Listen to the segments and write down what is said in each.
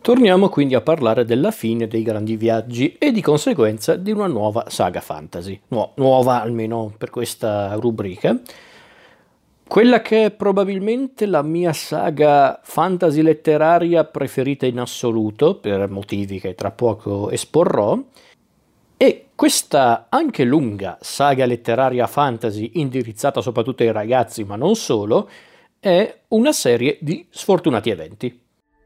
Torniamo quindi a parlare della fine dei grandi viaggi e di conseguenza di una nuova saga fantasy, nuova almeno per questa rubrica, quella che è probabilmente la mia saga fantasy letteraria preferita in assoluto, per motivi che tra poco esporrò, e questa anche lunga saga letteraria fantasy indirizzata soprattutto ai ragazzi, ma non solo, è una serie di sfortunati eventi.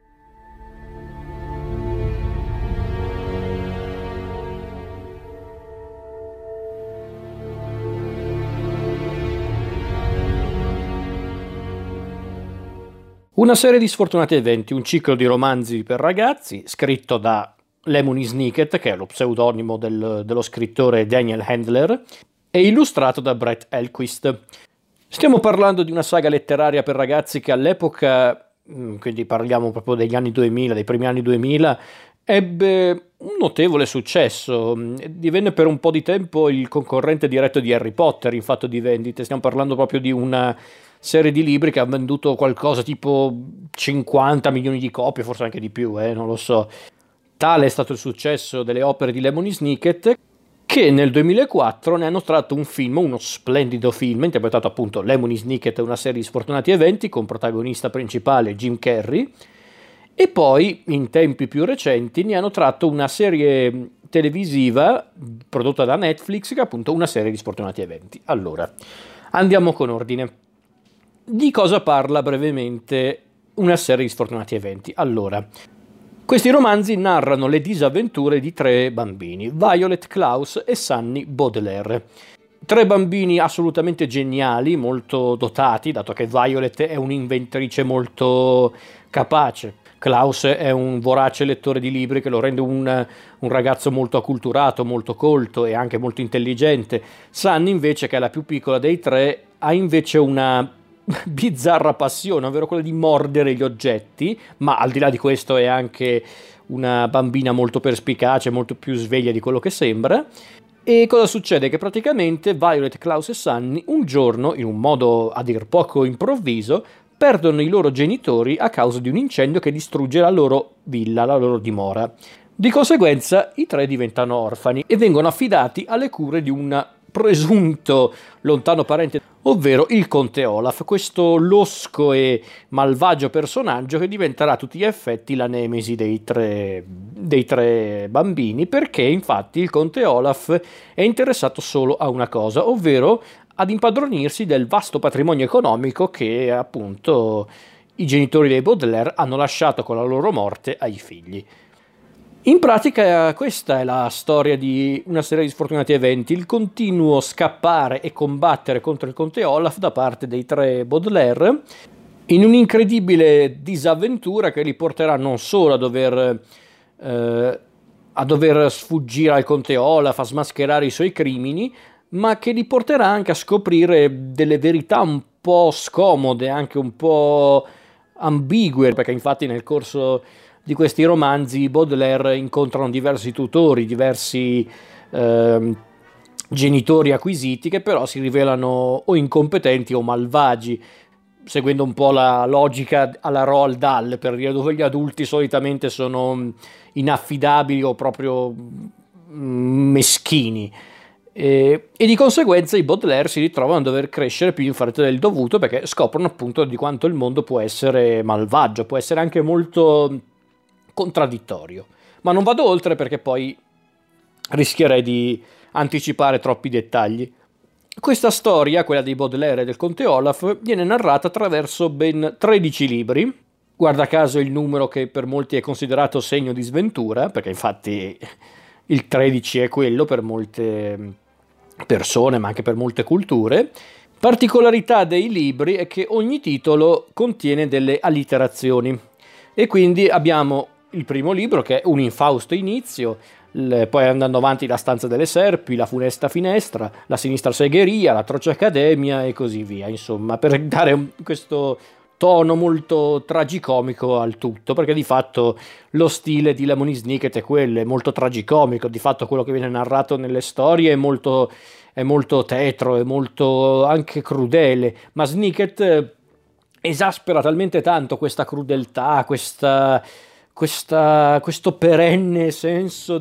Una serie di sfortunati eventi, un ciclo di romanzi per ragazzi, scritto da Lemony Snicket, che è lo pseudonimo dello scrittore Daniel Handler, e illustrato da Brett Elquist. Stiamo parlando di una saga letteraria per ragazzi che all'epoca, quindi parliamo proprio degli anni 2000, dei primi anni 2000, ebbe un notevole successo. Divenne per un po' di tempo il concorrente diretto di Harry Potter in fatto di vendite. Stiamo parlando proprio di una serie di libri che ha venduto qualcosa tipo 50 milioni di copie, forse anche di più, non lo so. Tale è stato il successo delle opere di Lemony Snicket che nel 2004 ne hanno tratto un film, uno splendido film, interpretato appunto Lemony Snicket, una serie di sfortunati eventi con protagonista principale Jim Carrey, e poi in tempi più recenti ne hanno tratto una serie televisiva prodotta da Netflix che è appunto una serie di sfortunati eventi. Allora, andiamo con ordine. Di cosa parla brevemente una serie di sfortunati eventi? Allora, questi romanzi narrano le disavventure di tre bambini, Violet, Klaus e Sunny Baudelaire. Tre bambini assolutamente geniali, molto dotati, dato che Violet è un'inventrice molto capace. Klaus è un vorace lettore di libri che lo rende un ragazzo molto acculturato, molto colto e anche molto intelligente. Sunny invece, che è la più piccola dei tre, ha invece una bizzarra passione, ovvero quella di mordere gli oggetti, ma al di là di questo è anche una bambina molto perspicace, molto più sveglia di quello che sembra. E cosa succede? Che praticamente Violet, Klaus e Sunny un giorno, in un modo a dir poco improvviso, perdono i loro genitori a causa di un incendio che distrugge la loro villa, la loro dimora. Di conseguenza i tre diventano orfani e vengono affidati alle cure di un presunto lontano parente, ovvero il conte Olaf, questo losco e malvagio personaggio che diventerà a tutti gli effetti la nemesi dei tre bambini, perché infatti il conte Olaf è interessato solo a una cosa, ovvero ad impadronirsi del vasto patrimonio economico che appunto i genitori dei Baudelaire hanno lasciato con la loro morte ai figli. In pratica questa è la storia di una serie di sfortunati eventi, il continuo scappare e combattere contro il conte Olaf da parte dei tre Baudelaire, in un'incredibile disavventura che li porterà non solo a dover sfuggire al conte Olaf, a smascherare i suoi crimini, ma che li porterà anche a scoprire delle verità un po' scomode, anche un po' ambigue, perché infatti nel corso di questi romanzi Baudelaire incontrano diversi tutori, diversi genitori acquisiti che però si rivelano o incompetenti o malvagi, seguendo un po' la logica alla Roald Dahl, per dire, dove gli adulti solitamente sono inaffidabili o proprio meschini. E di conseguenza i Baudelaire si ritrovano a dover crescere più in fretta del dovuto, perché scoprono appunto di quanto il mondo può essere malvagio, può essere anche molto contraddittorio. Ma non vado oltre perché poi rischierei di anticipare troppi dettagli. Questa storia, quella dei Baudelaire e del conte Olaf, viene narrata attraverso ben 13 libri. Guarda caso il numero che per molti è considerato segno di sventura, perché infatti il 13 è quello per molte persone, ma anche per molte culture. Particolarità dei libri è che ogni titolo contiene delle allitterazioni. E quindi abbiamo il primo libro che è un infausto inizio, poi andando avanti la stanza delle serpi, la funesta finestra, la sinistra segheria, l'atroce accademia e così via, insomma, per dare questo tono molto tragicomico al tutto, perché di fatto lo stile di Lemony Snicket è quello, è molto tragicomico, di fatto quello che viene narrato nelle storie è molto tetro, è molto anche crudele, ma Snicket esaspera talmente tanto questa crudeltà, questo perenne senso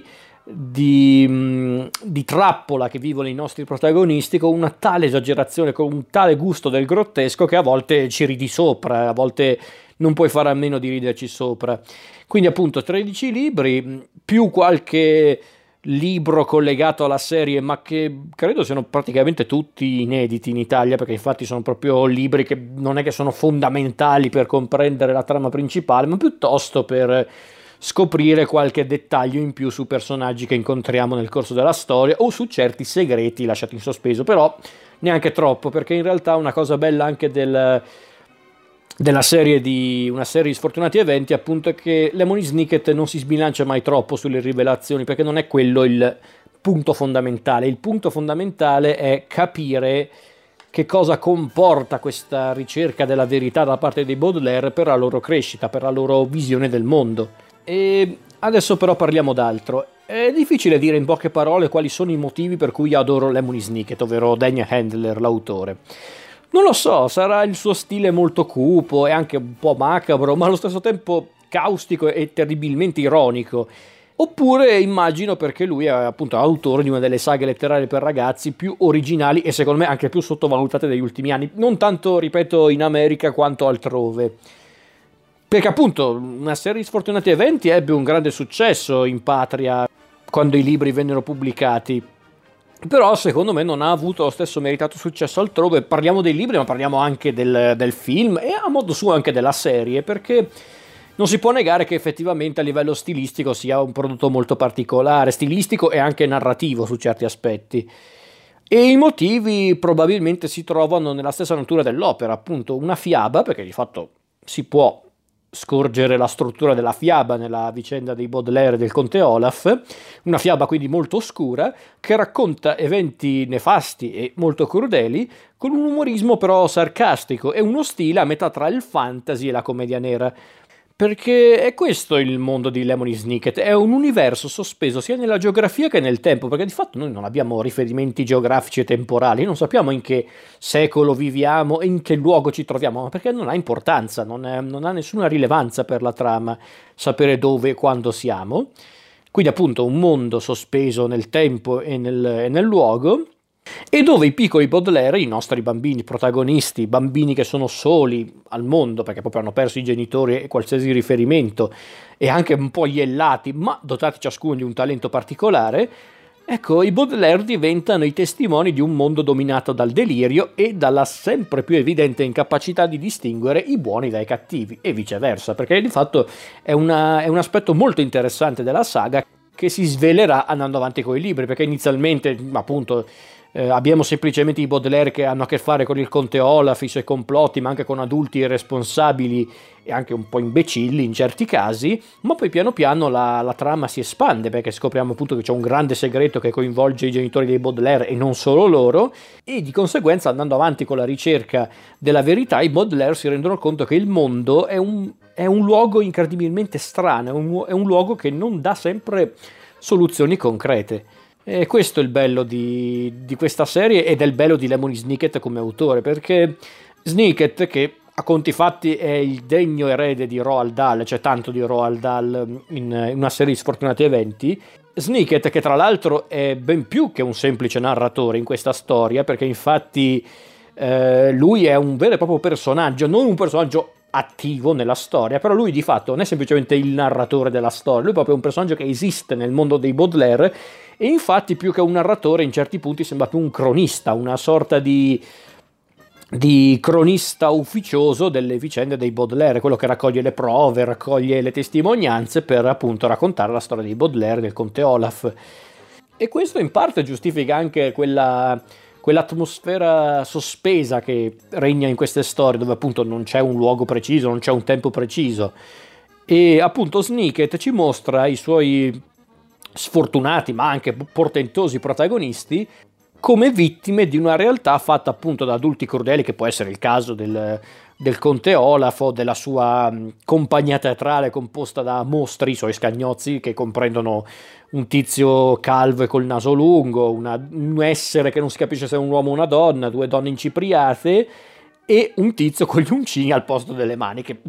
di trappola che vivono i nostri protagonisti, con una tale esagerazione, con un tale gusto del grottesco, che a volte ci ridi sopra, a volte non puoi fare a meno di riderci sopra. Quindi appunto 13 libri più qualche libro collegato alla serie, ma che credo siano praticamente tutti inediti in Italia, perché infatti sono proprio libri che non è che sono fondamentali per comprendere la trama principale, ma piuttosto per scoprire qualche dettaglio in più su personaggi che incontriamo nel corso della storia o su certi segreti lasciati in sospeso, però neanche troppo, perché in realtà una cosa bella anche della serie di una serie di sfortunati eventi, appunto, è che Lemony Snicket non si sbilancia mai troppo sulle rivelazioni, perché non è quello il punto fondamentale. Il punto fondamentale è capire che cosa comporta questa ricerca della verità da parte dei Baudelaire per la loro crescita, per la loro visione del mondo. E adesso però parliamo d'altro. È difficile dire in poche parole quali sono i motivi per cui adoro Lemony Snicket, ovvero Daniel Handler, l'autore. Non lo so, sarà il suo stile molto cupo e anche un po' macabro, ma allo stesso tempo caustico e terribilmente ironico. Oppure immagino perché lui è appunto autore di una delle saghe letterarie per ragazzi più originali e secondo me anche più sottovalutate degli ultimi anni. Non tanto, ripeto, in America quanto altrove. Perché appunto una serie di sfortunati eventi ebbe un grande successo in patria quando i libri vennero pubblicati. Però secondo me non ha avuto lo stesso meritato successo altrove. Parliamo dei libri, ma parliamo anche del film e a modo suo anche della serie, perché non si può negare che effettivamente a livello stilistico sia un prodotto molto particolare, stilistico e anche narrativo su certi aspetti. E i motivi probabilmente si trovano nella stessa natura dell'opera, appunto una fiaba, perché di fatto si può scorgere la struttura della fiaba nella vicenda dei Baudelaire e del conte Olaf, una fiaba quindi molto oscura che racconta eventi nefasti e molto crudeli con un umorismo però sarcastico e uno stile a metà tra il fantasy e la commedia nera. Perché è questo il mondo di Lemony Snicket, è un universo sospeso sia nella geografia che nel tempo, perché di fatto noi non abbiamo riferimenti geografici e temporali, non sappiamo in che secolo viviamo e in che luogo ci troviamo, ma perché non ha importanza, non ha nessuna rilevanza per la trama sapere dove e quando siamo. Quindi appunto un mondo sospeso nel tempo e nel luogo, e dove i piccoli Baudelaire, i nostri bambini protagonisti, bambini che sono soli al mondo perché proprio hanno perso i genitori e qualsiasi riferimento e anche un po' iellati, ma dotati ciascuno di un talento particolare, ecco, i Baudelaire diventano i testimoni di un mondo dominato dal delirio e dalla sempre più evidente incapacità di distinguere i buoni dai cattivi e viceversa, perché di fatto è un aspetto molto interessante della saga che si svelerà andando avanti con i libri, perché inizialmente appunto abbiamo semplicemente i Baudelaire che hanno a che fare con il conte Olaf, i suoi complotti, ma anche con adulti irresponsabili e anche un po' imbecilli in certi casi, ma poi piano piano la trama si espande, perché scopriamo appunto che c'è un grande segreto che coinvolge i genitori dei Baudelaire e non solo loro, e di conseguenza andando avanti con la ricerca della verità i Baudelaire si rendono conto che il mondo è un luogo incredibilmente strano, è un luogo che non dà sempre soluzioni concrete. E questo è il bello di questa serie ed è il bello di Lemony Snicket come autore, perché Snicket, che a conti fatti è il degno erede di Roald Dahl, c'è tanto di Roald Dahl in una serie di sfortunati eventi, Snicket che tra l'altro è ben più che un semplice narratore in questa storia, perché infatti lui è un vero e proprio personaggio, non un personaggio attivo nella storia, però lui di fatto non è semplicemente il narratore della storia, lui è proprio un personaggio che esiste nel mondo dei Baudelaire e infatti più che un narratore in certi punti sembra più un cronista, una sorta di cronista ufficioso delle vicende dei Baudelaire, quello che raccoglie le prove, raccoglie le testimonianze per appunto raccontare la storia dei Baudelaire, del conte Olaf. E questo in parte giustifica anche quell'atmosfera sospesa che regna in queste storie, dove appunto non c'è un luogo preciso, non c'è un tempo preciso. E appunto Snicket ci mostra i suoi sfortunati ma anche portentosi protagonisti come vittime di una realtà fatta appunto da adulti crudeli, che può essere il caso del conte Olaf o della sua compagnia teatrale composta da mostri, i suoi scagnozzi, che comprendono un tizio calvo e col naso lungo, un essere che non si capisce se è un uomo o una donna, due donne incipriate e un tizio con gli uncini al posto delle mani, che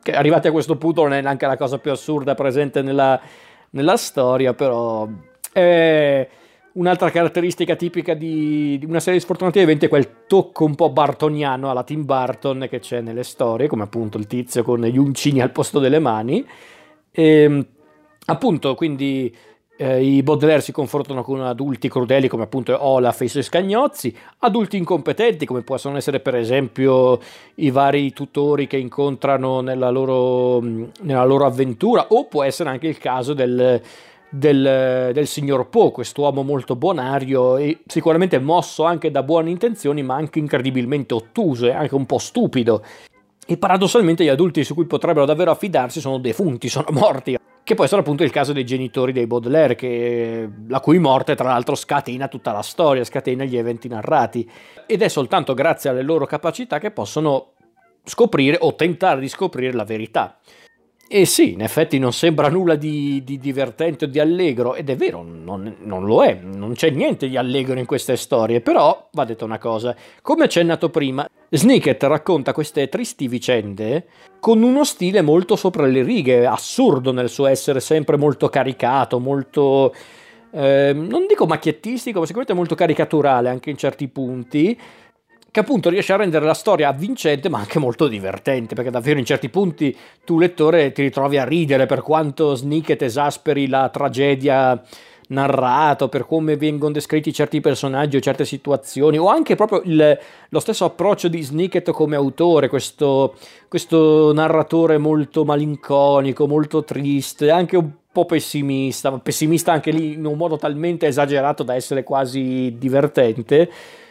che arrivati a questo punto non è neanche la cosa più assurda presente nella storia, però è un'altra caratteristica tipica di una serie di sfortunati eventi, è quel tocco un po' bartoniano alla Tim Burton che c'è nelle storie, come appunto il tizio con gli uncini al posto delle mani. E appunto, quindi i Baudelaire si confrontano con adulti crudeli come appunto Olaf e i suoi scagnozzi, adulti incompetenti come possono essere per esempio i vari tutori che incontrano nella loro avventura, o può essere anche il caso del signor Poe, quest'uomo molto bonario e sicuramente mosso anche da buone intenzioni, ma anche incredibilmente ottuso e anche un po' stupido. E paradossalmente gli adulti su cui potrebbero davvero affidarsi sono defunti, sono morti. Che può essere appunto il caso dei genitori dei Baudelaire, la cui morte tra l'altro scatena tutta la storia, scatena gli eventi narrati. Ed è soltanto grazie alle loro capacità che possono scoprire o tentare di scoprire la verità. E sì, in effetti non sembra nulla di divertente o di allegro, ed è vero, non lo è, non c'è niente di allegro in queste storie, però va detta una cosa, come accennato prima, Snicket racconta queste tristi vicende con uno stile molto sopra le righe, assurdo nel suo essere sempre molto caricato, molto, non dico macchiettistico, ma sicuramente molto caricaturale anche in certi punti, che appunto riesce a rendere la storia avvincente ma anche molto divertente, perché davvero in certi punti tu lettore ti ritrovi a ridere per quanto Snicket esasperi la tragedia narrata, per come vengono descritti certi personaggi o certe situazioni, o anche proprio lo stesso approccio di Snicket come autore, questo narratore molto malinconico, molto triste, anche un po' pessimista, ma pessimista anche lì in un modo talmente esagerato da essere quasi divertente.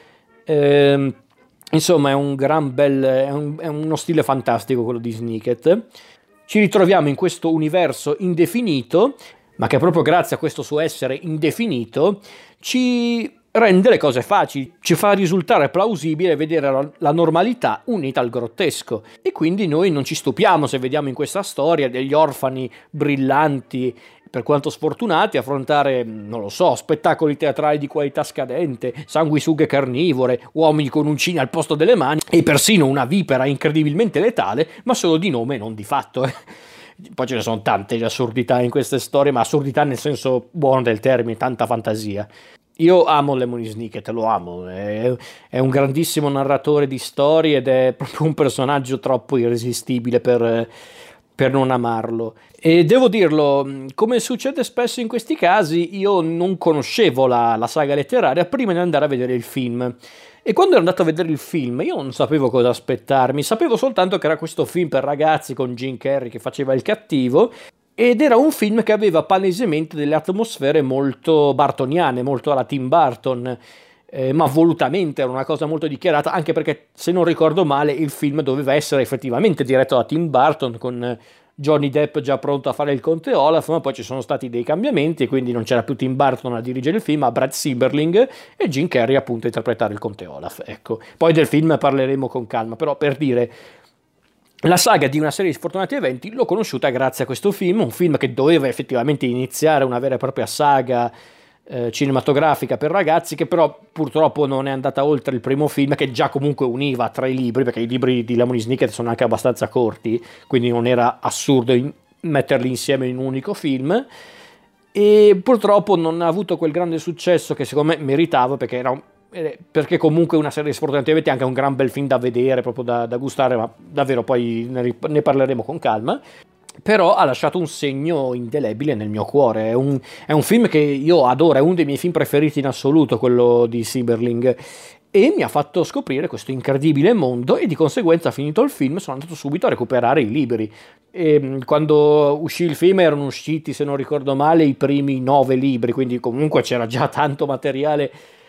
Insomma, è uno stile fantastico quello di Snicket. Ci ritroviamo in questo universo indefinito, ma che proprio grazie a questo suo essere indefinito ci rende le cose facili, ci fa risultare plausibile vedere la normalità unita al grottesco. E quindi noi non ci stupiamo se vediamo in questa storia degli orfani brillanti, per quanto sfortunati, affrontare, non lo so, spettacoli teatrali di qualità scadente, sanguisughe carnivore, uomini con uncini al posto delle mani e persino una vipera incredibilmente letale, ma solo di nome e non di fatto. Poi ce ne sono tante di assurdità in queste storie, ma assurdità nel senso buono del termine, tanta fantasia. Io amo Lemony Snicket, lo amo, è un grandissimo narratore di storie ed è proprio un personaggio troppo irresistibile per non amarlo. E devo dirlo, come succede spesso in questi casi, io non conoscevo la saga letteraria prima di andare a vedere il film. E quando ero andato a vedere il film io non sapevo cosa aspettarmi, sapevo soltanto che era questo film per ragazzi con Jim Carrey che faceva il cattivo, ed era un film che aveva palesemente delle atmosfere molto bartoniane, molto alla Tim Burton, ma volutamente, era una cosa molto dichiarata, anche perché se non ricordo male il film doveva essere effettivamente diretto da Tim Burton con Johnny Depp già pronto a fare il conte Olaf, ma poi ci sono stati dei cambiamenti e quindi non c'era più Tim Burton a dirigere il film, ma Brad Silberling e Jim Carrey appunto a interpretare il conte Olaf. Ecco, poi del film parleremo con calma, però per dire, la saga di una serie di sfortunati eventi l'ho conosciuta grazie a questo film, un film che doveva effettivamente iniziare una vera e propria saga cinematografica per ragazzi, che però purtroppo non è andata oltre il primo film, che già comunque univa tra i libri, perché i libri di Lemony Snicket sono anche abbastanza corti, quindi non era assurdo metterli insieme in un unico film, e purtroppo non ha avuto quel grande successo che secondo me meritava, perché comunque una serie di sfortunati eventi è anche un gran bel film da vedere, proprio da gustare, ma davvero poi ne parleremo con calma. Però ha lasciato un segno indelebile nel mio cuore. È un film che io adoro, è uno dei miei film preferiti in assoluto, quello di Silberling, e mi ha fatto scoprire questo incredibile mondo, e di conseguenza, finito il film, sono andato subito a recuperare i libri. E quando uscì il film erano usciti, se non ricordo male, i primi 9 libri, quindi comunque c'era già tanto materiale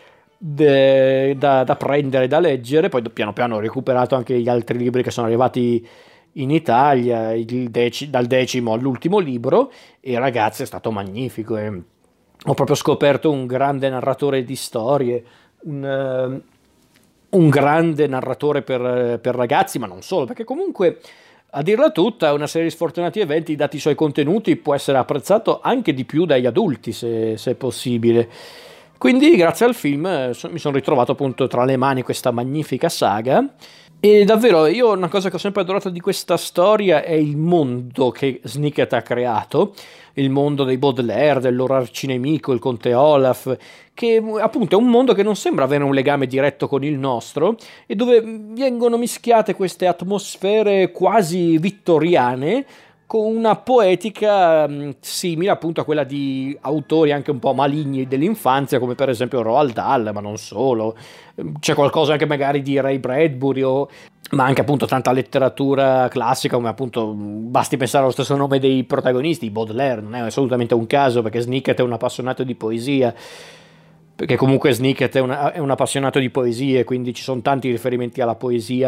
da prendere, da leggere. Poi piano piano ho recuperato anche gli altri libri che sono arrivati in Italia, dal 10° all'ultimo libro, e ragazzi è stato magnifico, ho proprio scoperto un grande narratore di storie, un grande narratore per ragazzi, ma non solo, perché comunque, a dirla tutta, è una serie di sfortunati eventi, dati i suoi contenuti, può essere apprezzato anche di più dagli adulti, se è possibile. Quindi grazie al film mi sono ritrovato appunto tra le mani questa magnifica saga, E davvero, io una cosa che ho sempre adorato di questa storia è il mondo che Snicket ha creato, il mondo dei Baudelaire, del loro arcinemico, il conte Olaf, che appunto è un mondo che non sembra avere un legame diretto con il nostro e dove vengono mischiate queste atmosfere quasi vittoriane con una poetica simile appunto a quella di autori anche un po' maligni dell'infanzia, come per esempio Roald Dahl, ma non solo. C'è qualcosa anche magari di Ray Bradbury, ma anche appunto tanta letteratura classica, come appunto basti pensare allo stesso nome dei protagonisti, Baudelaire, non è assolutamente un caso perché Snicket è un appassionato di poesia. Perché comunque Snicket è un appassionato di poesie, quindi ci sono tanti riferimenti alla poesia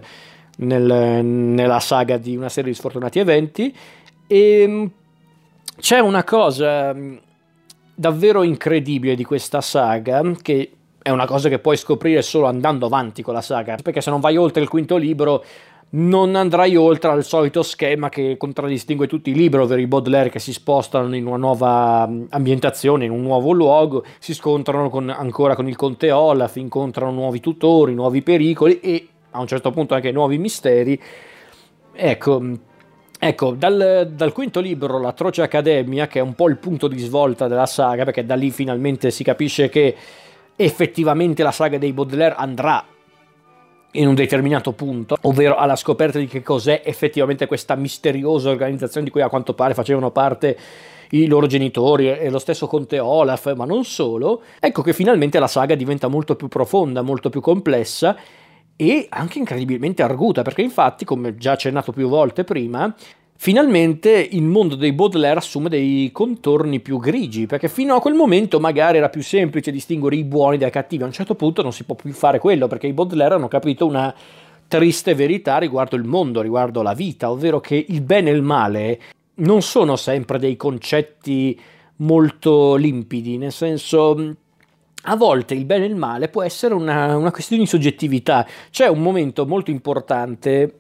nella saga di Una serie di sfortunati eventi. E c'è una cosa davvero incredibile di questa saga, che è una cosa che puoi scoprire solo andando avanti con la saga, perché se non vai oltre il quinto libro non andrai oltre al solito schema che contraddistingue tutti i libri, ovvero i Baudelaire che si spostano in una nuova ambientazione, in un nuovo luogo, si scontrano ancora con il conte Olaf, incontrano nuovi tutori, nuovi pericoli e a un certo punto anche nuovi misteri. Ecco, dal quinto libro, l'Atroce Accademia, che è un po' il punto di svolta della saga, perché da lì finalmente si capisce che effettivamente la saga dei Baudelaire andrà in un determinato punto, ovvero alla scoperta di che cos'è effettivamente questa misteriosa organizzazione di cui a quanto pare facevano parte i loro genitori e lo stesso conte Olaf, ma non solo. Ecco che finalmente la saga diventa molto più profonda, molto più complessa e anche incredibilmente arguta, perché infatti, come già accennato più volte prima, finalmente il mondo dei Baudelaire assume dei contorni più grigi, perché fino a quel momento magari era più semplice distinguere i buoni dai cattivi. A un certo punto non si può più fare quello, perché i Baudelaire hanno capito una triste verità riguardo il mondo, riguardo la vita, ovvero che il bene e il male non sono sempre dei concetti molto limpidi, nel senso, a volte il bene e il male può essere una questione di soggettività. C'è un momento molto importante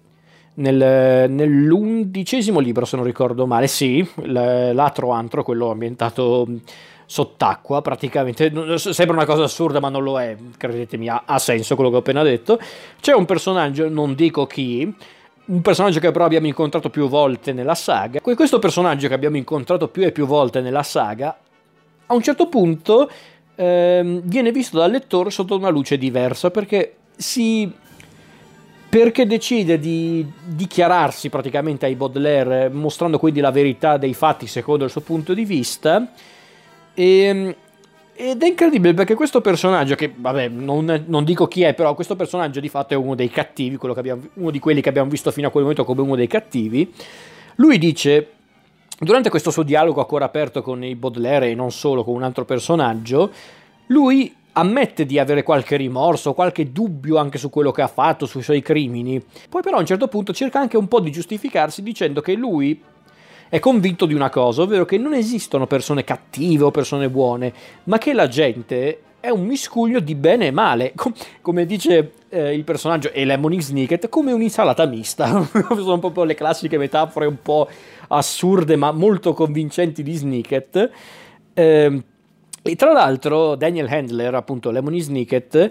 nell'11° libro, se non ricordo male, sì, l'Atro Antro, quello ambientato sott'acqua, praticamente, sembra una cosa assurda ma non lo è, credetemi, ha senso quello che ho appena detto. C'è un personaggio, non dico chi, un personaggio che però abbiamo incontrato più volte nella saga. Questo personaggio che abbiamo incontrato più e più volte nella saga, a un certo punto viene visto dal lettore sotto una luce diversa, perché decide di dichiararsi praticamente ai Baudelaire, mostrando quindi la verità dei fatti secondo il suo punto di vista. Ed è incredibile perché questo personaggio, che vabbè non dico chi è, però questo personaggio di fatto è uno dei cattivi, uno di quelli che abbiamo visto fino a quel momento come uno dei cattivi. Lui dice, durante questo suo dialogo ancora aperto con i Baudelaire e non solo, con un altro personaggio, lui ammette di avere qualche rimorso, qualche dubbio anche su quello che ha fatto, sui suoi crimini. Poi però a un certo punto cerca anche un po' di giustificarsi dicendo che lui è convinto di una cosa, ovvero che non esistono persone cattive o persone buone, ma che la gente è un miscuglio di bene e male, come dice il personaggio Lemony Snicket, come un'insalata mista. Sono proprio le classiche metafore un po' assurde ma molto convincenti di Snicket. E tra l'altro Daniel Handler, appunto Lemony Snicket,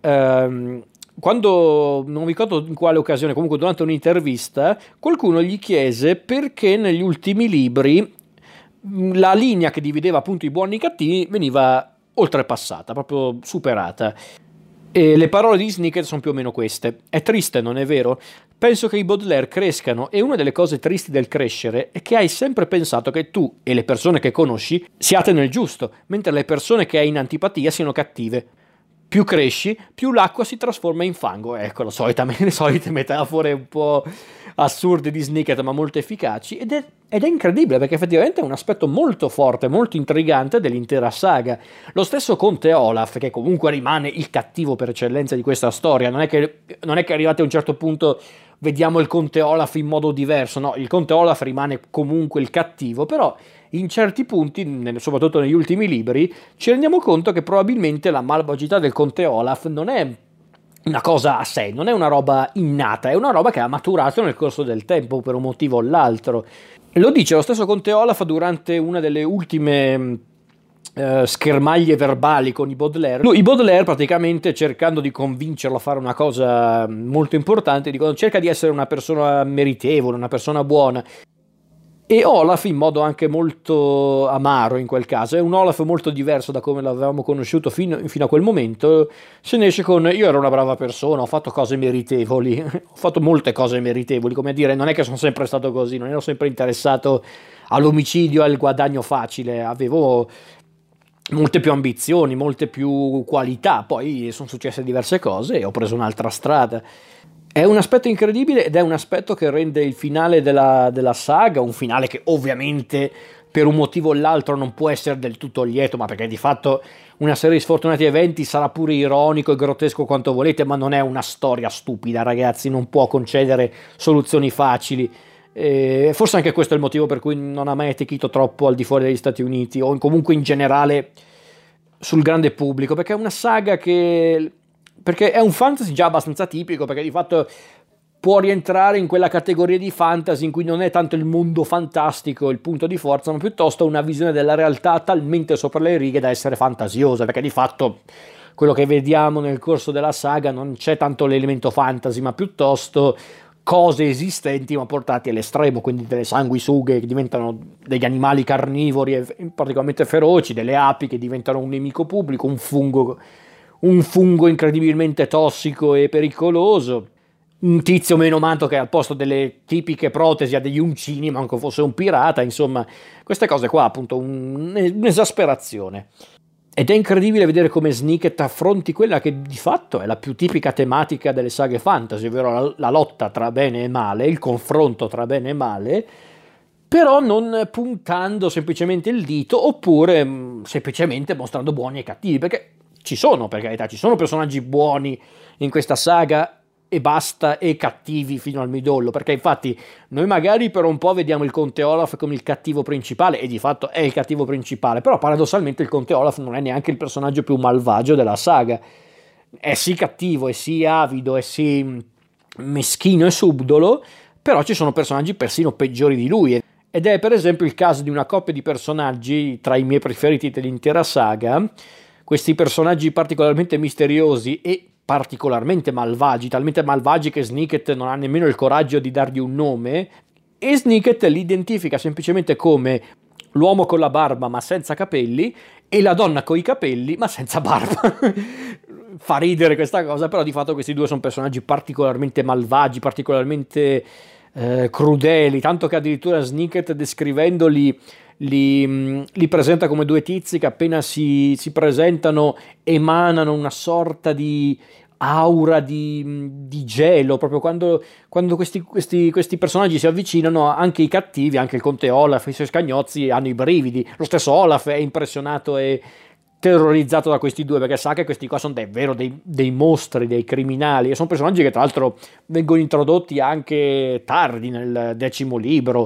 quando, non mi ricordo in quale occasione, comunque durante un'intervista, qualcuno gli chiese perché negli ultimi libri la linea che divideva appunto i buoni e i cattivi veniva oltrepassata, proprio superata. E le parole di Snicket sono più o meno queste: è triste, non è vero? Penso che i Baudelaire crescano e una delle cose tristi del crescere è che hai sempre pensato che tu e le persone che conosci siate nel giusto, mentre le persone che hai in antipatia siano cattive. Più cresci, più l'acqua si trasforma in fango. Ecco, le solite metafore un po' assurde di Snicket, ma molto efficaci. Ed è incredibile, perché effettivamente è un aspetto molto forte, molto intrigante dell'intera saga. Lo stesso conte Olaf, che comunque rimane il cattivo per eccellenza di questa storia. Non è che arrivati a un certo punto vediamo il conte Olaf in modo diverso. No, il conte Olaf rimane comunque il cattivo, però in certi punti, soprattutto negli ultimi libri, ci rendiamo conto che probabilmente la malvagità del conte Olaf non è una cosa a sé, non è una roba innata, è una roba che ha maturato nel corso del tempo per un motivo o l'altro. Lo dice lo stesso conte Olaf durante una delle ultime schermaglie verbali con i Baudelaire. I Baudelaire, praticamente, cercando di convincerlo a fare una cosa molto importante, dicono: cerca di essere una persona meritevole, una persona buona. E Olaf, in modo anche molto amaro in quel caso, è un Olaf molto diverso da come l'avevamo conosciuto fino a quel momento, se ne esce con: io ero una brava persona, ho fatto cose meritevoli, ho fatto molte cose meritevoli, come a dire, non è che sono sempre stato così, non ero sempre interessato all'omicidio e al guadagno facile, avevo molte più ambizioni, molte più qualità, poi sono successe diverse cose e ho preso un'altra strada. È un aspetto incredibile ed è un aspetto che rende il finale della saga, un finale che ovviamente per un motivo o l'altro non può essere del tutto lieto, ma perché di fatto una serie di sfortunati eventi sarà pure ironico e grottesco quanto volete, ma non è una storia stupida, ragazzi, non può concedere soluzioni facili. Forse anche questo è il motivo per cui non ha mai attecchito troppo al di fuori degli Stati Uniti, o comunque in generale sul grande pubblico, perché è una saga perché è un fantasy già abbastanza tipico, perché di fatto può rientrare in quella categoria di fantasy in cui non è tanto il mondo fantastico il punto di forza, ma piuttosto una visione della realtà talmente sopra le righe da essere fantasiosa, perché di fatto quello che vediamo nel corso della saga non c'è tanto l'elemento fantasy, ma piuttosto cose esistenti ma portate all'estremo, quindi delle sanguisughe che diventano degli animali carnivori e particolarmente feroci, delle api che diventano un nemico pubblico, un fungo incredibilmente tossico e pericoloso, un tizio menomanto che al posto delle tipiche protesi ha degli uncini, manco fosse un pirata, insomma, queste cose qua, appunto, un'esasperazione. Ed è incredibile vedere come Snicket affronti quella che di fatto è la più tipica tematica delle saghe fantasy, ovvero la lotta tra bene e male, il confronto tra bene e male, però non puntando semplicemente il dito, oppure semplicemente mostrando buoni e cattivi, perché ci sono, per carità, ci sono personaggi buoni in questa saga e basta, e cattivi fino al midollo, perché infatti noi magari per un po' vediamo il Conte Olaf come il cattivo principale, e di fatto è il cattivo principale, però paradossalmente il Conte Olaf non è neanche il personaggio più malvagio della saga, è sì cattivo, è sì avido, è sì meschino e subdolo, però ci sono personaggi persino peggiori di lui, ed è per esempio il caso di una coppia di personaggi tra i miei preferiti dell'intera saga, questi personaggi particolarmente misteriosi e particolarmente malvagi, talmente malvagi che Snicket non ha nemmeno il coraggio di dargli un nome, e Snicket li identifica semplicemente come l'uomo con la barba ma senza capelli e la donna con i capelli ma senza barba. Fa ridere questa cosa, però di fatto questi due sono personaggi particolarmente malvagi, particolarmente crudeli, tanto che addirittura Snicket, descrivendoli, li presenta come due tizi che appena si presentano emanano una sorta di aura di gelo, proprio quando questi personaggi si avvicinano, anche i cattivi, anche il conte Olaf, i suoi scagnozzi hanno i brividi, lo stesso Olaf è impressionato e terrorizzato da questi due, perché sa che questi qua sono davvero dei mostri, dei criminali, e sono personaggi che tra l'altro vengono introdotti anche tardi nel 10° libro,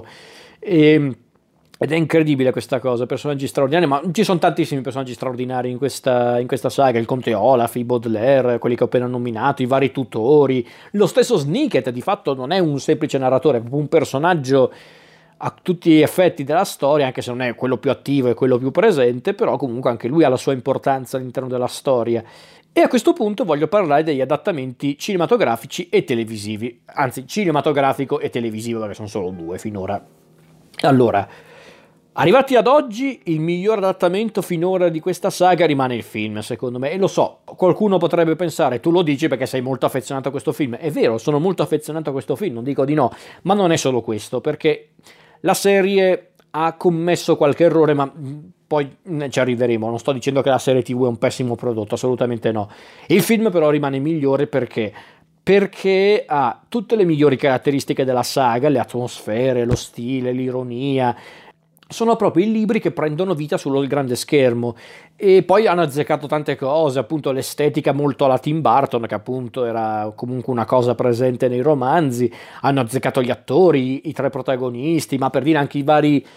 ed è incredibile questa cosa, personaggi straordinari, ma ci sono tantissimi personaggi straordinari in questa saga, il conte Olaf, i Baudelaire, quelli che ho appena nominato, i vari tutori, lo stesso Snicket di fatto non è un semplice narratore, è proprio un personaggio a tutti gli effetti della storia, anche se non è quello più attivo e quello più presente, però comunque anche lui ha la sua importanza all'interno della storia. E a questo punto voglio parlare degli adattamenti cinematografici e televisivi, anzi cinematografico e televisivo, perché sono solo due finora. Allora, arrivati ad oggi, il miglior adattamento finora di questa saga rimane il film, secondo me, e lo so, qualcuno potrebbe pensare, tu lo dici perché sei molto affezionato a questo film, è vero, sono molto affezionato a questo film, non dico di no, ma non è solo questo, perché la serie ha commesso qualche errore, ma poi ci arriveremo, non sto dicendo che la serie TV è un pessimo prodotto, assolutamente no. Il film però rimane migliore perché ha tutte le migliori caratteristiche della saga, le atmosfere, lo stile, l'ironia. Sono proprio i libri che prendono vita sul grande schermo, e poi hanno azzeccato tante cose, appunto l'estetica molto alla Tim Burton, che appunto era comunque una cosa presente nei romanzi, hanno azzeccato gli attori, i tre protagonisti, ma per dire anche i vari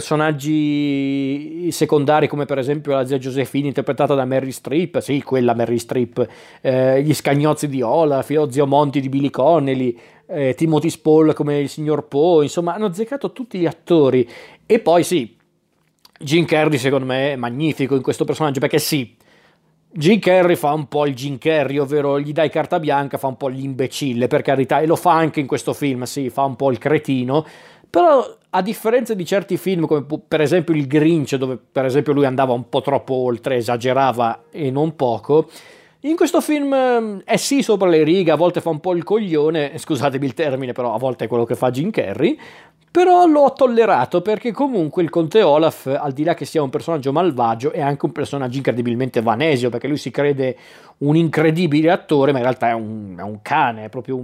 personaggi secondari, come per esempio la zia Josephine interpretata da Mary Streep, sì, quella Mary Streep, gli scagnozzi di Olaf, lo zio Monty di Billy Connelly, Timothy Spall come il signor Poe, insomma hanno azzeccato tutti gli attori. E poi sì, Jim Carrey secondo me è magnifico in questo personaggio, perché sì, Jim Carrey fa un po' il Jim Carrey, ovvero gli dai carta bianca, fa un po' l'imbecille, per carità, e lo fa anche in questo film, sì, fa un po' il cretino, però a differenza di certi film come per esempio il Grinch, dove per esempio lui andava un po' troppo oltre, esagerava e non poco, in questo film è sì sopra le righe, a volte fa un po' il coglione, scusatemi il termine, però a volte è quello che fa Jim Carrey, però l'ho tollerato perché comunque il conte Olaf, al di là che sia un personaggio malvagio, è anche un personaggio incredibilmente vanesio, perché lui si crede un incredibile attore, ma in realtà è un cane, è proprio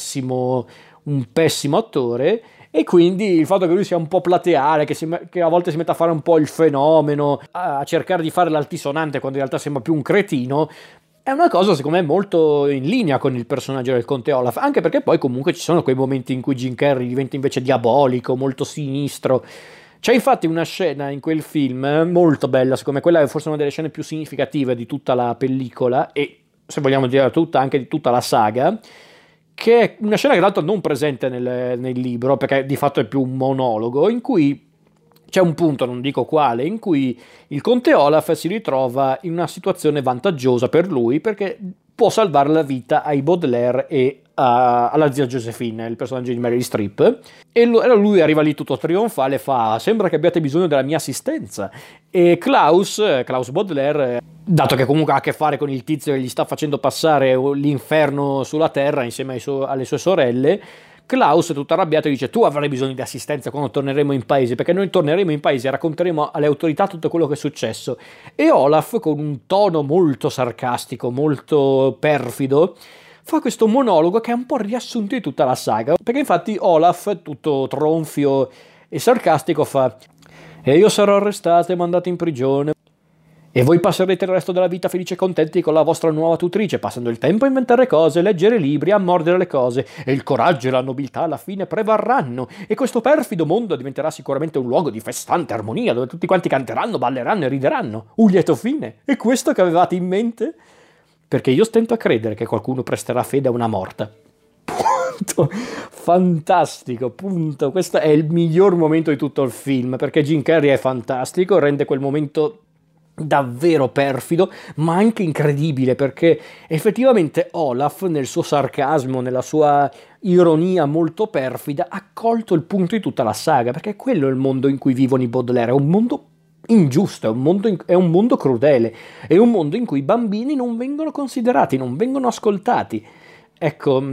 un pessimo attore. E quindi il fatto che lui sia un po' plateale, che a volte si mette a fare un po' il fenomeno, a cercare di fare l'altisonante quando in realtà sembra più un cretino, è una cosa secondo me molto in linea con il personaggio del conte Olaf, anche perché poi comunque ci sono quei momenti in cui Jim Carrey diventa invece diabolico, molto sinistro. C'è infatti una scena in quel film molto bella, secondo me quella è forse una delle scene più significative di tutta la pellicola e se vogliamo dire tutta, anche di tutta la saga, che è una scena che tra l'altro non presente nel libro, perché di fatto è più un monologo, in cui c'è un punto, non dico quale, in cui il conte Olaf si ritrova in una situazione vantaggiosa per lui perché può salvare la vita ai Baudelaire e alla zia Josephine, il personaggio di Meryl Streep. E lui arriva lì tutto trionfale e fa: sembra che abbiate bisogno della mia assistenza. E Klaus Baudelaire, dato che comunque ha a che fare con il tizio che gli sta facendo passare l'inferno sulla terra insieme alle sue sorelle, Klaus è tutto arrabbiato e dice: tu avrai bisogno di assistenza quando torneremo in paese, perché noi torneremo in paese e racconteremo alle autorità tutto quello che è successo. E Olaf, con un tono molto sarcastico, molto perfido, fa questo monologo che è un po' riassunto di tutta la saga, perché infatti Olaf, tutto tronfio e sarcastico, fa: e io sarò arrestato e mandato in prigione, e voi passerete il resto della vita felici e contenti con la vostra nuova tutrice, passando il tempo a inventare cose, leggere libri, a mordere le cose, e il coraggio e la nobiltà alla fine prevarranno, e questo perfido mondo diventerà sicuramente un luogo di festante armonia, dove tutti quanti canteranno, balleranno e rideranno. Un lieto fine. È questo che avevate in mente? Perché io stento a credere che qualcuno presterà fede a una morta. Punto. Fantastico, punto. Questo è il miglior momento di tutto il film, perché Jim Carrey è fantastico, rende quel momento davvero perfido, ma anche incredibile, perché effettivamente Olaf, nel suo sarcasmo, nella sua ironia molto perfida, ha colto il punto di tutta la saga, perché quello è il mondo in cui vivono i Baudelaire, è un mondo ingiusto, è un mondo crudele, è un mondo in cui i bambini non vengono considerati, non vengono ascoltati. Ecco,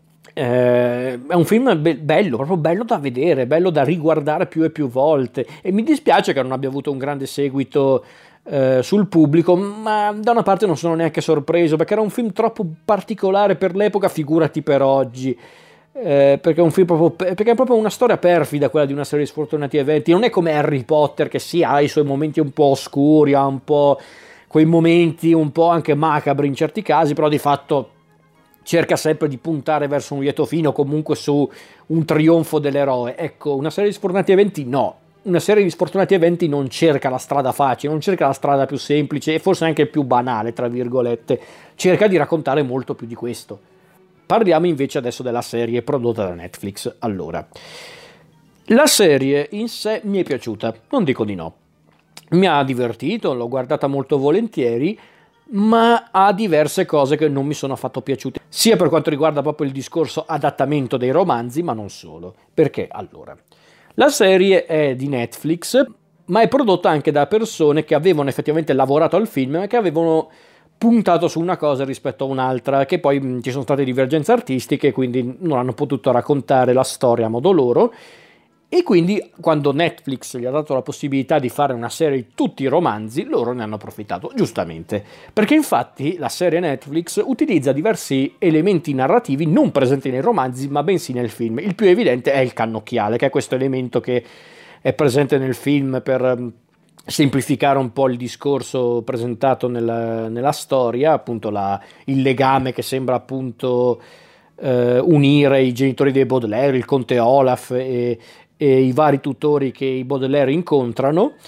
è un film bello, proprio bello da vedere, bello da riguardare più e più volte, e mi dispiace che non abbia avuto un grande seguito sul pubblico, ma da una parte non sono neanche sorpreso, perché era un film troppo particolare per l'epoca, figurati per oggi. Perché è un film perché è proprio una storia perfida quella di una serie di sfortunati eventi. Non è come Harry Potter, che sì, ha i suoi momenti un po' oscuri, ha un po' quei momenti un po' anche macabri in certi casi, però di fatto cerca sempre di puntare verso un lieto fine o comunque su un trionfo dell'eroe. Ecco, una serie di sfortunati eventi no. Una serie di sfortunati eventi non cerca la strada facile, non cerca la strada più semplice e forse anche più banale, tra virgolette. Cerca di raccontare molto più di questo. Parliamo invece adesso della serie prodotta da Netflix. Allora, la serie in sé mi è piaciuta, non dico di no. Mi ha divertito, l'ho guardata molto volentieri, ma ha diverse cose che non mi sono affatto piaciute, sia per quanto riguarda proprio il discorso adattamento dei romanzi, ma non solo. Perché allora, la serie è di Netflix, ma è prodotta anche da persone che avevano effettivamente lavorato al film e che avevano puntato su una cosa rispetto a un'altra, che poi ci sono state divergenze artistiche, quindi non hanno potuto raccontare la storia a modo loro. E quindi quando Netflix gli ha dato la possibilità di fare una serie di tutti i romanzi, loro ne hanno approfittato, giustamente. Perché infatti la serie Netflix utilizza diversi elementi narrativi non presenti nei romanzi, ma bensì nel film. Il più evidente è il cannocchiale, che è questo elemento che è presente nel film per semplificare un po' il discorso presentato nella storia, appunto il legame che sembra appunto unire i genitori dei Baudelaire, il conte Olaf e i vari tutori che i Baudelaire incontrano,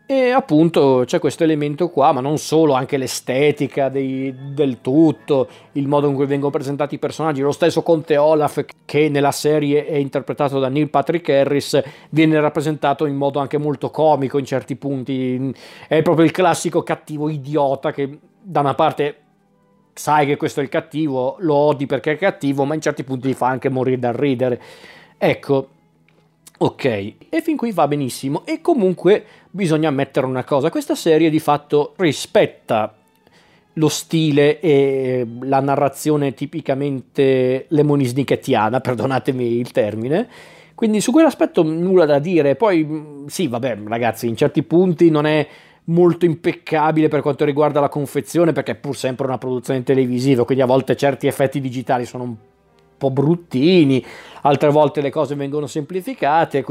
E appunto c'è questo elemento qua, ma non solo, anche l'estetica del tutto, il modo in cui vengono presentati i personaggi. Lo stesso Conte Olaf, che nella serie è interpretato da Neil Patrick Harris, viene rappresentato in modo anche molto comico in certi punti. È proprio il classico cattivo idiota che da una parte sai che questo è il cattivo, lo odi perché è cattivo, ma in certi punti ti fa anche morire dal ridere. Ecco, ok, e fin qui va benissimo. E comunque bisogna ammettere una cosa: questa serie di fatto rispetta lo stile e la narrazione tipicamente lemonisnichetiana, perdonatemi il termine. Quindi su quell'aspetto nulla da dire. Poi sì, vabbè, ragazzi, in certi punti non è molto impeccabile per quanto riguarda la confezione, perché è pur sempre una produzione televisiva, quindi a volte certi effetti digitali sono un po' bruttini, altre volte le cose vengono semplificate,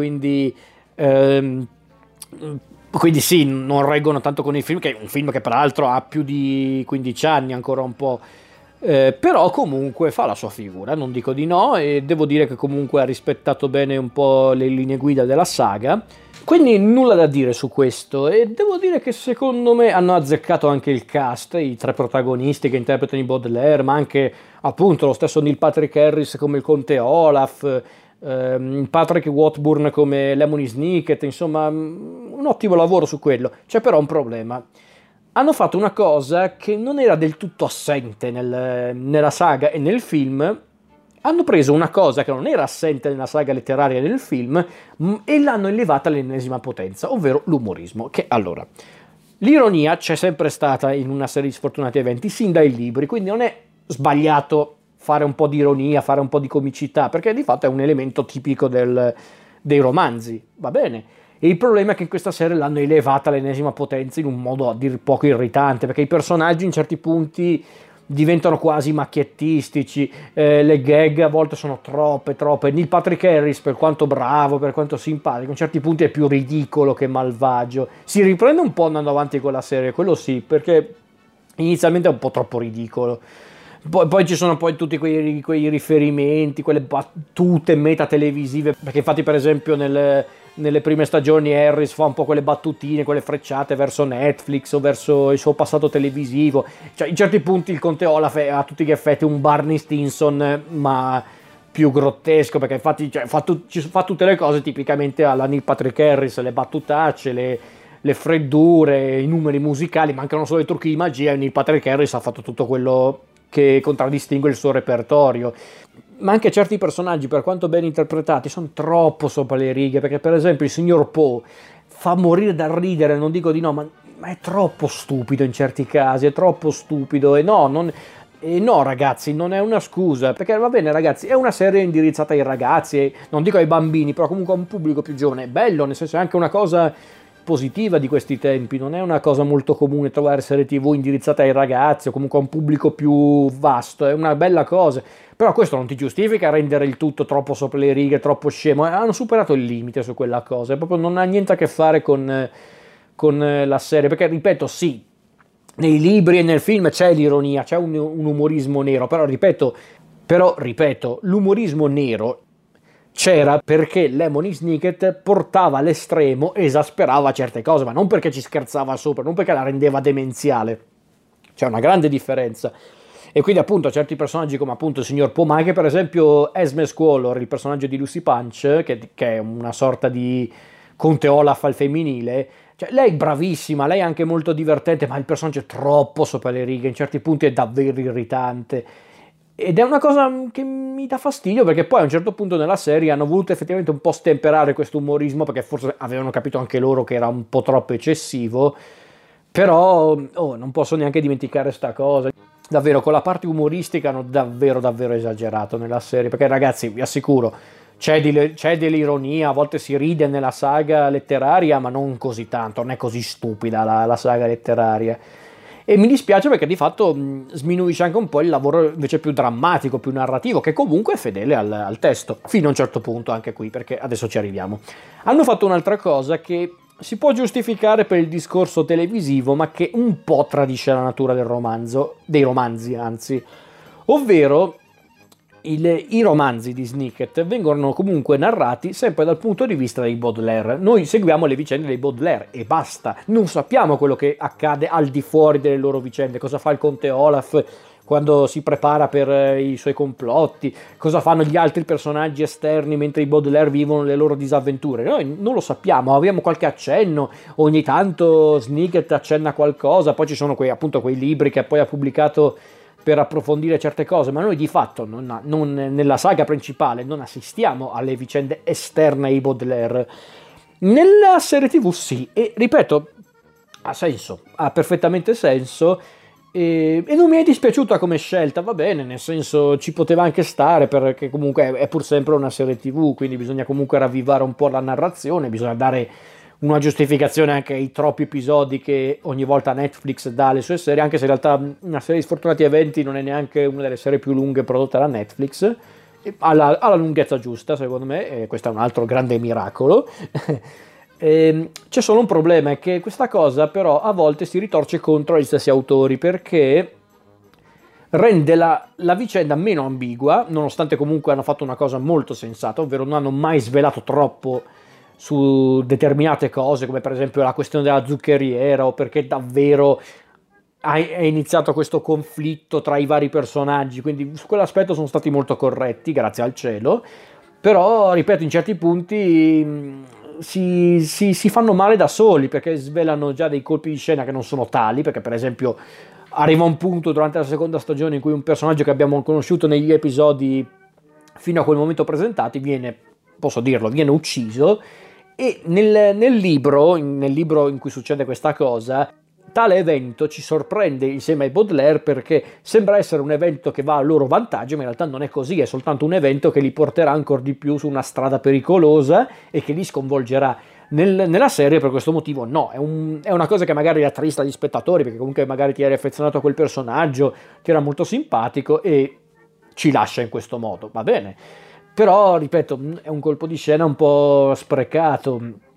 ehm, quindi sì, non reggono tanto con il film, che è un film che peraltro ha più di 15 anni, ancora un po'. Però comunque fa la sua figura, non dico di no, e devo dire che comunque ha rispettato bene un po' le linee guida della saga. Quindi nulla da dire su questo, e devo dire che secondo me hanno azzeccato anche il cast, i tre protagonisti che interpretano i Baudelaire, ma anche appunto lo stesso Neil Patrick Harris come il Conte Olaf, Patrick Watburn come Lemony Snicket, insomma un ottimo lavoro su quello. C'è però un problema: hanno fatto una cosa che non era del tutto assente nella saga e nel film. Hanno preso una cosa che non era assente nella saga letteraria e nel film e l'hanno elevata all'ennesima potenza, ovvero l'umorismo. Che allora, l'ironia c'è sempre stata in una serie di sfortunati eventi sin dai libri, quindi non è sbagliato fare un po' di ironia, fare un po' di comicità, perché di fatto è un elemento tipico dei romanzi, va bene. E il problema è che in questa serie l'hanno elevata all'ennesima potenza in un modo a dir poco irritante, perché i personaggi in certi punti diventano quasi macchiettistici, le gag a volte sono troppe. Neil Patrick Harris, per quanto bravo, per quanto simpatico, in certi punti è più ridicolo che malvagio. Si riprende un po' andando avanti con la serie, quello sì, perché inizialmente è un po' troppo ridicolo. Poi ci sono poi tutti quei riferimenti, quelle battute meta televisive, perché infatti per esempio nelle prime stagioni Harris fa un po' quelle battutine, quelle frecciate verso Netflix o verso il suo passato televisivo. Cioè in certi punti il Conte Olaf è a tutti gli effetti un Barney Stinson, ma più grottesco, perché infatti fa tutte le cose tipicamente alla Neil Patrick Harris, le battutacce, le freddure, i numeri musicali, mancano solo i trucchi di magia, e Neil Patrick Harris ha fatto tutto quello che contraddistingue il suo repertorio. Ma anche certi personaggi, per quanto ben interpretati, sono troppo sopra le righe, perché per esempio il signor Poe fa morire dal ridere, non dico di no, ma è troppo stupido in certi casi, è troppo stupido, e no ragazzi, non è una scusa, perché va bene ragazzi, è una serie indirizzata ai ragazzi, non dico ai bambini, però comunque a un pubblico più giovane, è bello, nel senso è anche una cosa positiva di questi tempi, non è una cosa molto comune trovare serie TV indirizzate ai ragazzi o comunque a un pubblico più vasto, è una bella cosa, però questo non ti giustifica rendere il tutto troppo sopra le righe, troppo scemo. Hanno superato il limite su quella cosa, proprio non ha niente a che fare con la serie, perché ripeto, sì, nei libri e nel film c'è l'ironia, c'è un umorismo nero, però ripeto, l'umorismo nero c'era perché Lemony Snicket portava all'estremo, esasperava certe cose, ma non perché ci scherzava sopra, non perché la rendeva demenziale. C'è una grande differenza. E quindi appunto certi personaggi come appunto il signor Poe, ma anche per esempio Esme Squallor, il personaggio di Lucy Punch, che è una sorta di Conte Olaf al femminile, cioè lei è bravissima, lei è anche molto divertente, ma il personaggio è troppo sopra le righe, in certi punti è davvero irritante. Ed è una cosa che mi dà fastidio, perché poi a un certo punto nella serie hanno voluto effettivamente un po' stemperare questo umorismo, perché forse avevano capito anche loro che era un po' troppo eccessivo, però non posso neanche dimenticare sta cosa. Davvero, con la parte umoristica hanno davvero esagerato nella serie, perché ragazzi, vi assicuro, c'è dell'ironia, a volte si ride nella saga letteraria, ma non così tanto, non è così stupida la saga letteraria. E mi dispiace perché di fatto sminuisce anche un po' il lavoro invece più drammatico, più narrativo, che comunque è fedele al testo, fino a un certo punto anche qui, perché adesso ci arriviamo. Hanno fatto un'altra cosa che si può giustificare per il discorso televisivo, ma che un po' tradisce la natura dei romanzi, anzi, ovvero I romanzi di Snicket vengono comunque narrati sempre dal punto di vista dei Baudelaire. Noi seguiamo le vicende dei Baudelaire e basta, non sappiamo quello che accade al di fuori delle loro vicende, cosa fa il conte Olaf quando si prepara per i suoi complotti, cosa fanno gli altri personaggi esterni mentre i Baudelaire vivono le loro disavventure. Noi non lo sappiamo, abbiamo qualche accenno, ogni tanto Snicket accenna qualcosa, poi ci sono appunto quei libri che poi ha pubblicato per approfondire certe cose, ma noi di fatto nella saga principale non assistiamo alle vicende esterne ai Baudelaire. Nella serie TV sì, e ripeto, ha senso, ha perfettamente senso, e non mi è dispiaciuta come scelta, va bene, nel senso ci poteva anche stare, perché comunque è pur sempre una serie TV, quindi bisogna comunque ravvivare un po' la narrazione, bisogna dare una giustificazione anche ai troppi episodi che ogni volta Netflix dà alle sue serie, anche se in realtà una serie di Sfortunati Eventi non è neanche una delle serie più lunghe prodotte da Netflix, ha la lunghezza giusta secondo me, e questo è un altro grande miracolo. C'è solo un problema, è che questa cosa però a volte si ritorce contro gli stessi autori, perché rende la vicenda meno ambigua, nonostante comunque hanno fatto una cosa molto sensata, ovvero non hanno mai svelato troppo su determinate cose, come per esempio la questione della zuccheriera, o perché davvero è iniziato questo conflitto tra i vari personaggi, quindi su quell'aspetto sono stati molto corretti, grazie al cielo. Però, ripeto, in certi punti si fanno male da soli, perché svelano già dei colpi di scena che non sono tali, perché per esempio arriva un punto durante la seconda stagione in cui un personaggio che abbiamo conosciuto negli episodi fino a quel momento presentati viene, posso dirlo, viene ucciso. E nel libro in cui succede questa cosa, tale evento ci sorprende insieme ai Baudelaire, perché sembra essere un evento che va a loro vantaggio, ma in realtà non è così, è soltanto un evento che li porterà ancora di più su una strada pericolosa e che li sconvolgerà. Nella serie per questo motivo no, è una cosa che magari attrista gli spettatori, perché comunque magari ti eri affezionato a quel personaggio, ti era molto simpatico e ci lascia in questo modo, va bene. Però, ripeto, è un colpo di scena un po' sprecato,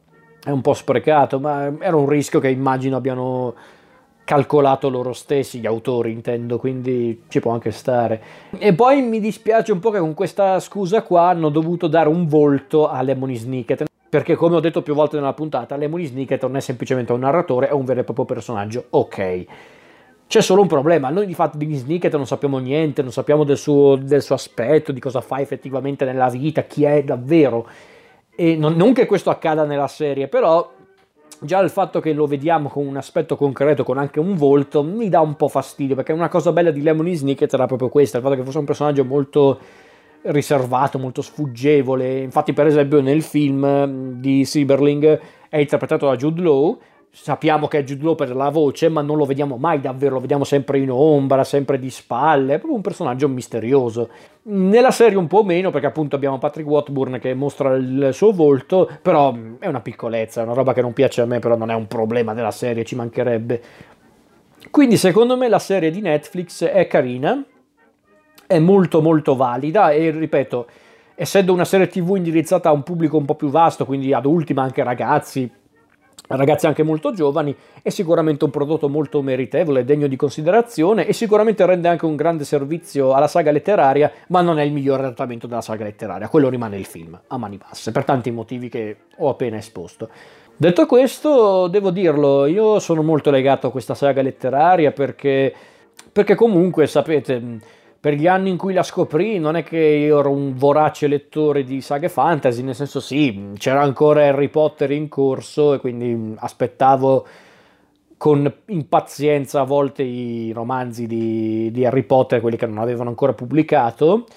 ma era un rischio che immagino abbiano calcolato loro stessi, gli autori intendo, quindi ci può anche stare. E poi mi dispiace un po' che con questa scusa qua hanno dovuto dare un volto a Lemony Snicket, perché come ho detto più volte nella puntata, Lemony Snicket non è semplicemente un narratore, è un vero e proprio personaggio, ok. C'è solo un problema, noi di fatto di Snicket non sappiamo niente, non sappiamo del suo aspetto, di cosa fa effettivamente nella vita, chi è davvero. E non che questo accada nella serie, però già il fatto che lo vediamo con un aspetto concreto, con anche un volto, mi dà un po' fastidio, perché una cosa bella di Lemony Snicket era proprio questa, il fatto che fosse un personaggio molto riservato, molto sfuggevole. Infatti per esempio nel film di Sieberling è interpretato da Jude Law. Sappiamo che è Jude Law per la voce, ma non lo vediamo mai davvero, lo vediamo sempre in ombra, sempre di spalle, è proprio un personaggio misterioso. Nella serie un po' meno, perché appunto abbiamo Patrick Watburn che mostra il suo volto, però è una piccolezza, è una roba che non piace a me, però non è un problema della serie, ci mancherebbe. Quindi secondo me la serie di Netflix è carina, è molto molto valida e ripeto, essendo una serie TV indirizzata a un pubblico un po' più vasto, quindi adulti ma anche ragazzi anche molto giovani, è sicuramente un prodotto molto meritevole, degno di considerazione, e sicuramente rende anche un grande servizio alla saga letteraria, ma non è il miglior adattamento della saga letteraria, quello rimane il film, a mani basse, per tanti motivi che ho appena esposto. Detto questo, devo dirlo, io sono molto legato a questa saga letteraria perché comunque, sapete, per gli anni in cui la scoprì non è che io ero un vorace lettore di saghe fantasy, nel senso sì, c'era ancora Harry Potter in corso e quindi aspettavo con impazienza a volte i romanzi di Harry Potter, quelli che non avevano ancora pubblicato.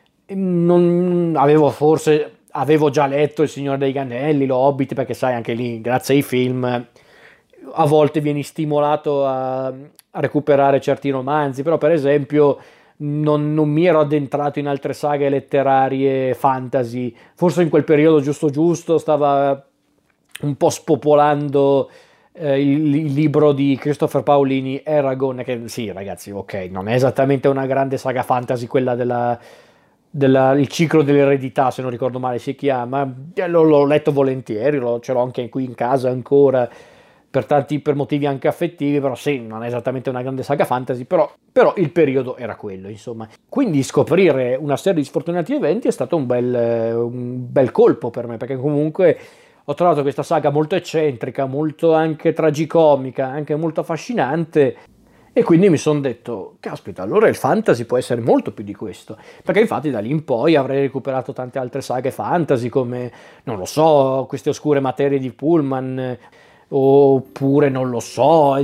Avevo già letto Il Signore degli Anelli, Lo Hobbit, perché sai, anche lì, grazie ai film, a volte vieni stimolato a recuperare certi romanzi, però per esempio non mi ero addentrato in altre saghe letterarie fantasy, forse in quel periodo giusto stava un po' spopolando il libro di Christopher Paolini, Eragon, che sì ragazzi, ok, non è esattamente una grande saga fantasy, quella il ciclo dell'eredità, se non ricordo male si chiama, l'ho letto volentieri, ce l'ho anche qui in casa ancora, per motivi anche affettivi, però sì, non è esattamente una grande saga fantasy, però il periodo era quello, insomma. Quindi scoprire una serie di sfortunati eventi è stato un bel colpo per me, perché comunque ho trovato questa saga molto eccentrica, molto anche tragicomica, anche molto affascinante, e quindi mi sono detto, caspita, allora il fantasy può essere molto più di questo, perché infatti da lì in poi avrei recuperato tante altre saghe fantasy come, non lo so, queste oscure materie di Pullman, oppure non lo so,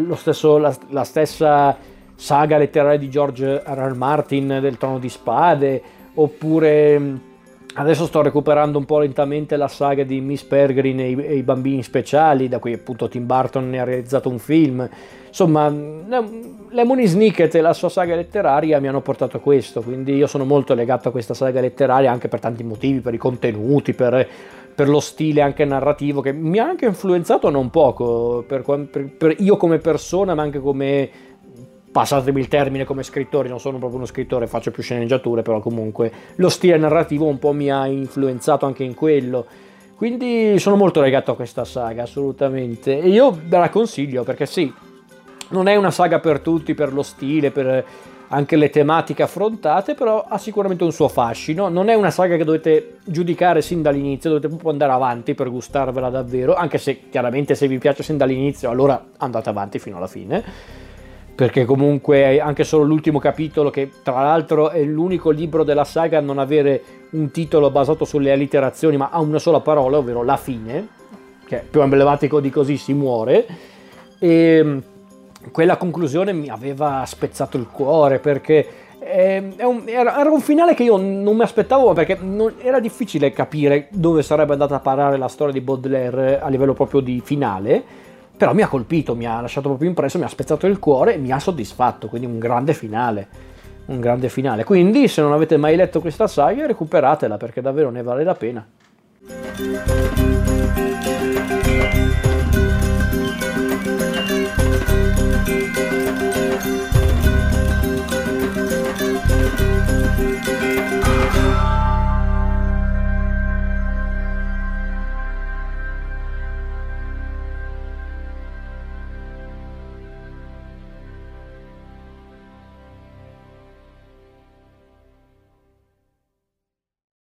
la stessa saga letteraria di George R. R. Martin del Trono di Spade, oppure adesso sto recuperando un po' lentamente la saga di Miss Peregrine e i bambini speciali, da cui appunto Tim Burton ne ha realizzato un film. Insomma, Lemony Snicket e la sua saga letteraria mi hanno portato a questo, quindi io sono molto legato a questa saga letteraria anche per tanti motivi, per i contenuti, per lo stile anche narrativo, che mi ha anche influenzato non poco, per io come persona, ma anche come, passatemi il termine, come scrittore. Non sono proprio uno scrittore, faccio più sceneggiature, però comunque lo stile narrativo un po' mi ha influenzato anche in quello. Quindi sono molto legato a questa saga, assolutamente. E io ve la consiglio, perché sì, non è una saga per tutti, per lo stile, per anche le tematiche affrontate, però ha sicuramente un suo fascino. Non è una saga che dovete giudicare sin dall'inizio, dovete proprio andare avanti per gustarvela davvero, anche se chiaramente se vi piace sin dall'inizio allora andate avanti fino alla fine, perché comunque anche solo l'ultimo capitolo, che tra l'altro è l'unico libro della saga a non avere un titolo basato sulle allitterazioni ma ha una sola parola, ovvero la fine, che è più emblematico di così, si muore, e quella conclusione mi aveva spezzato il cuore, perché era un finale che io non mi aspettavo, perché era difficile capire dove sarebbe andata a parare la storia di Baudelaire a livello proprio di finale, però mi ha colpito, mi ha lasciato proprio impresso, mi ha spezzato il cuore e mi ha soddisfatto, quindi un grande finale. Quindi se non avete mai letto questa saga recuperatela, perché davvero ne vale la pena.